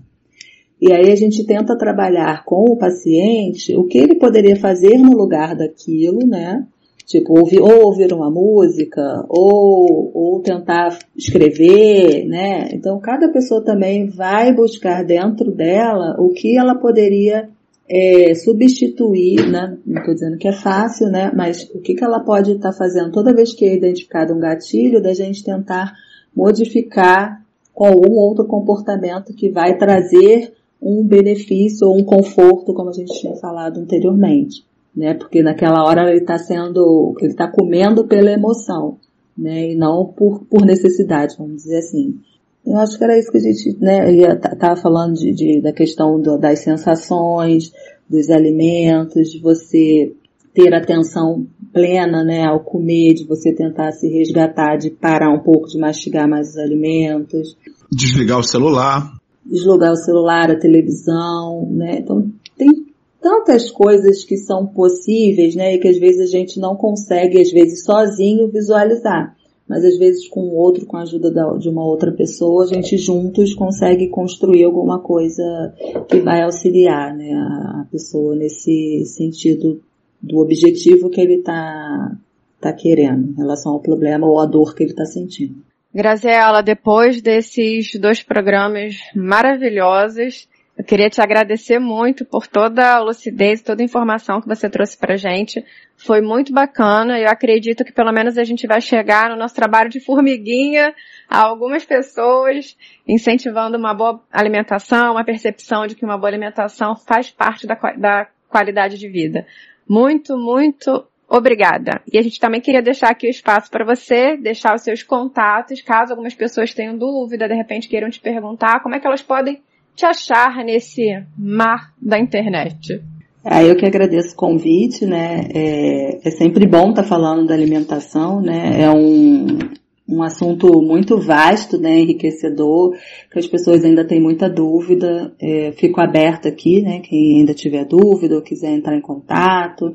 E aí a gente tenta trabalhar com o paciente o que ele poderia fazer no lugar daquilo, né? Tipo, ouvir, ou ouvir uma música, ou, ou tentar escrever, né? Então cada pessoa também vai buscar dentro dela o que ela poderia É, substituir, né? Não estou dizendo que é fácil, né? Mas o que, que ela pode estar tá fazendo toda vez que é identificado um gatilho, da gente tentar modificar com algum outro comportamento que vai trazer um benefício ou um conforto, como a gente tinha falado anteriormente, né? Porque naquela hora ele está sendo, ele está comendo pela emoção, né? E não por, por necessidade, vamos dizer assim. Eu acho que era isso que a gente, né, estava falando de, de, da questão do, das sensações, dos alimentos, de você ter atenção plena, né, ao comer, de você tentar se resgatar, de parar um pouco, de mastigar mais os alimentos. Desligar o celular. Desligar o celular, a televisão, né, então tem tantas coisas que são possíveis, né, e que às vezes a gente não consegue, às vezes sozinho, visualizar. Mas às vezes com o outro, com a ajuda de uma outra pessoa, a gente juntos consegue construir alguma coisa que vai auxiliar, né, a pessoa nesse sentido do objetivo que ele está tá querendo, em relação ao problema ou à dor que ele está sentindo. Graziela, depois desses dois programas maravilhosos, eu queria te agradecer muito por toda a lucidez, toda a informação que você trouxe pra gente. Foi muito bacana. Eu acredito que pelo menos a gente vai chegar no nosso trabalho de formiguinha a algumas pessoas, incentivando uma boa alimentação, uma percepção de que uma boa alimentação faz parte da, da qualidade de vida. Muito, muito obrigada. E a gente também queria deixar aqui o espaço para você, deixar os seus contatos, caso algumas pessoas tenham dúvida, de repente queiram te perguntar, como é que elas podem te achar nesse mar da internet? Ah, eu que agradeço o convite, né? É, é sempre bom estar falando da alimentação, né? É um, um assunto muito vasto, né? Enriquecedor, que as pessoas ainda têm muita dúvida. É, fico aberta aqui, né? Quem ainda tiver dúvida ou quiser entrar em contato.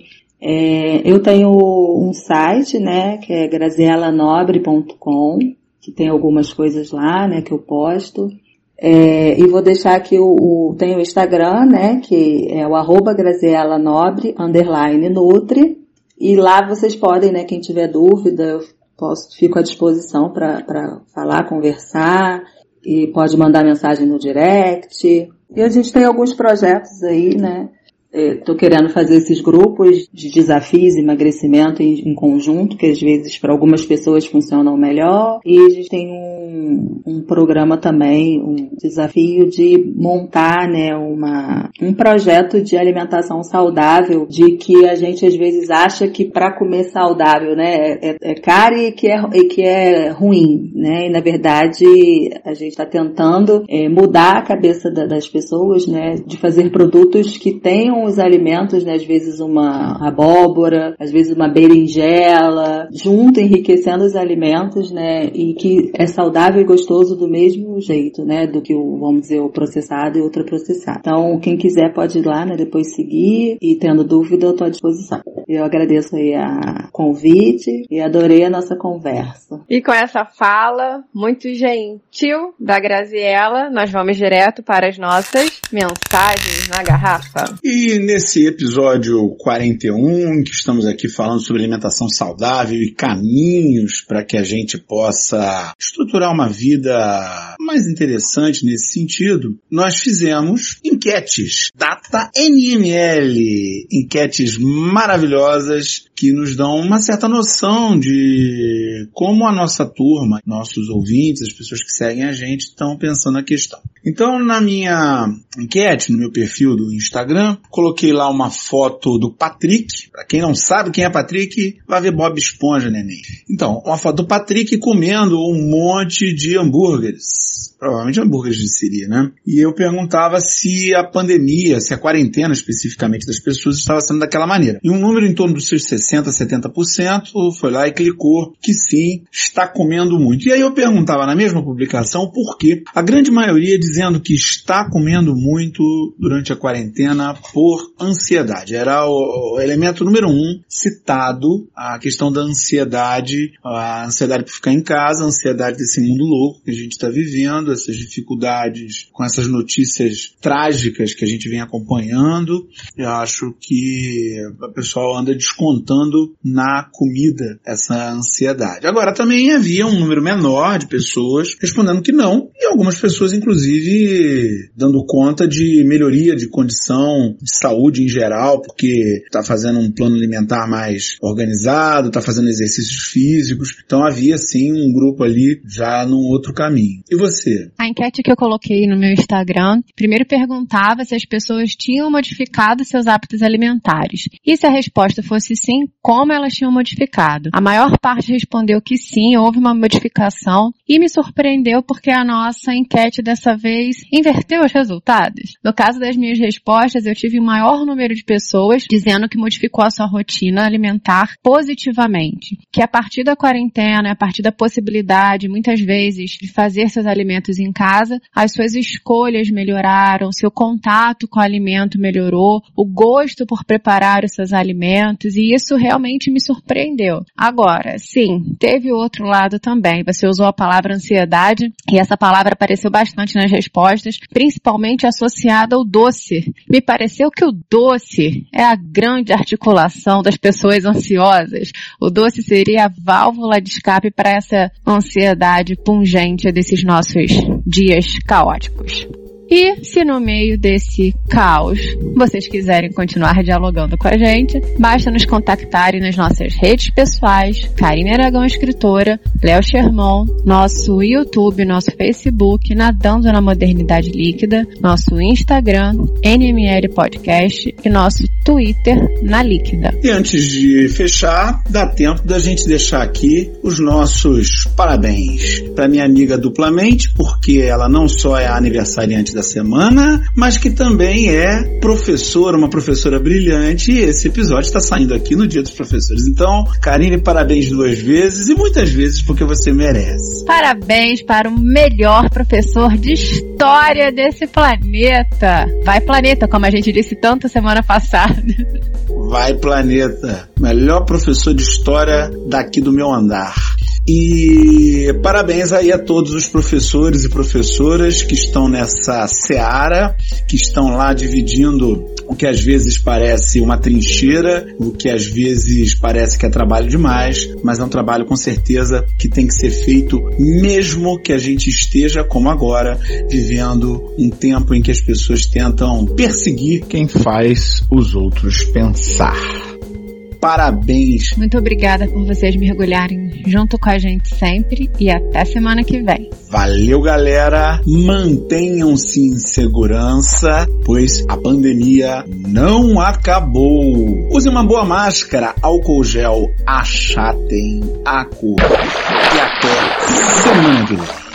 É, eu tenho um site, né? Que é graziela nobre ponto com, que tem algumas coisas lá, né? Que eu posto. É, e vou deixar aqui o, o, tem o Instagram, né, que é o arroba Graziela Nobre, underline Nutri, e lá vocês podem, né, quem tiver dúvida, eu posso, fico à disposição para falar, conversar, e pode mandar mensagem no direct. E a gente tem alguns projetos aí, né, Estou querendo fazer esses grupos de desafios e emagrecimento em, em conjunto, que às vezes para algumas pessoas funcionam melhor. E a gente tem um, um programa também, um desafio de montar, né, uma, um projeto de alimentação saudável, de que a gente às vezes acha que para comer saudável, né, é, é caro e que é, e que é ruim, né? E na verdade a gente está tentando é, mudar a cabeça da, das pessoas, né, de fazer produtos que tenham os alimentos, né, às vezes uma abóbora, às vezes uma berinjela, junto, enriquecendo os alimentos, né, e que é saudável e gostoso do mesmo jeito, né, do que o, vamos dizer, o processado e ultraprocessado. Então, quem quiser pode ir lá, né, depois seguir, e tendo dúvida eu estou à disposição. Eu agradeço aí a convite e adorei a nossa conversa. E com essa fala muito gentil da Graziella, nós vamos direto para as nossas mensagens na garrafa. E nesse episódio quarenta e um, que estamos aqui falando sobre alimentação saudável e caminhos para que a gente possa estruturar uma vida mais interessante nesse sentido, nós fizemos enquetes, data N M L, enquetes maravilhosas que nos dão uma certa noção de como a nossa turma, nossos ouvintes, as pessoas que seguem a gente estão pensando na questão. Então, na minha enquete, no meu perfil do Instagram, coloquei lá uma foto do Patrick. Para quem não sabe quem é Patrick, vai ver Bob Esponja, neném. Então, uma foto do Patrick comendo um monte de hambúrgueres. Provavelmente hambúrgueres de Siri, né? E eu perguntava se a pandemia, se a quarentena especificamente das pessoas estava sendo daquela maneira. E um número em torno dos seus sessenta, setenta por cento foi lá e clicou que sim, está comendo muito. E aí eu perguntava na mesma publicação por quê. A grande maioria dizendo que está comendo muito durante a quarentena por ansiedade. Era o, o elemento número um citado, a questão da ansiedade, a ansiedade por ficar em casa, a ansiedade desse mundo louco que a gente está vivendo, essas dificuldades com essas notícias trágicas que a gente vem acompanhando. Eu acho que o pessoal anda descontando na comida essa ansiedade. Agora, também havia um número menor de pessoas respondendo que não, e algumas pessoas, inclusive, dando conta de melhoria de condição de saúde em geral, porque está fazendo um plano alimentar mais organizado, está fazendo exercícios físicos. Então, havia, sim, um grupo ali já num outro caminho. E você? A enquete que eu coloquei no meu Instagram, primeiro perguntava se as pessoas tinham modificado seus hábitos alimentares. E se a resposta fosse sim, como elas tinham modificado? A maior parte respondeu que sim, houve uma modificação, e me surpreendeu porque a nossa enquete dessa vez inverteu os resultados. No caso das minhas respostas, eu tive o maior número de pessoas dizendo que modificou a sua rotina alimentar positivamente. Que a partir da quarentena, a partir da possibilidade, muitas vezes, de fazer seus alimentos em casa, as suas escolhas melhoraram, seu contato com o alimento melhorou, o gosto por preparar os seus alimentos, e isso realmente me surpreendeu. Agora, sim, teve outro lado também. Você usou a palavra ansiedade, e essa palavra apareceu bastante nas respostas, principalmente associada ao doce. Me pareceu que o doce é a grande articulação das pessoas ansiosas. O doce seria a válvula de escape para essa ansiedade pungente desses nossos dias caóticos. E se no meio desse caos vocês quiserem continuar dialogando com a gente, basta nos contactarem nas nossas redes pessoais, Karine Aragão Escritora, Léo Sherman, nosso YouTube, nosso Facebook, Nadando na Modernidade Líquida, nosso Instagram, N M L Podcast e nosso Twitter, Na Líquida. E antes de fechar, dá tempo da gente deixar aqui os nossos parabéns para minha amiga duplamente, porque ela não só é a aniversariante da semana, mas que também é professora, uma professora brilhante, e esse episódio está saindo aqui no Dia dos Professores. Então, Karine, parabéns duas vezes, e muitas vezes porque você merece. Parabéns para o melhor professor de história desse planeta. Vai, planeta, como a gente disse tanto semana passada. Vai, planeta. Melhor professor de história daqui do meu andar. E parabéns aí a todos os professores e professoras que estão nessa seara, que estão lá dividindo o que às vezes parece uma trincheira, o que às vezes parece que é trabalho demais, mas é um trabalho com certeza que tem que ser feito mesmo que a gente esteja, como agora, vivendo um tempo em que as pessoas tentam perseguir quem faz os outros pensar. Parabéns! Muito obrigada por vocês mergulharem junto com a gente sempre e até semana que vem. Valeu, galera! Mantenham-se em segurança, pois a pandemia não acabou. Use uma boa máscara, álcool gel, achatem a cor. E até semana que vem.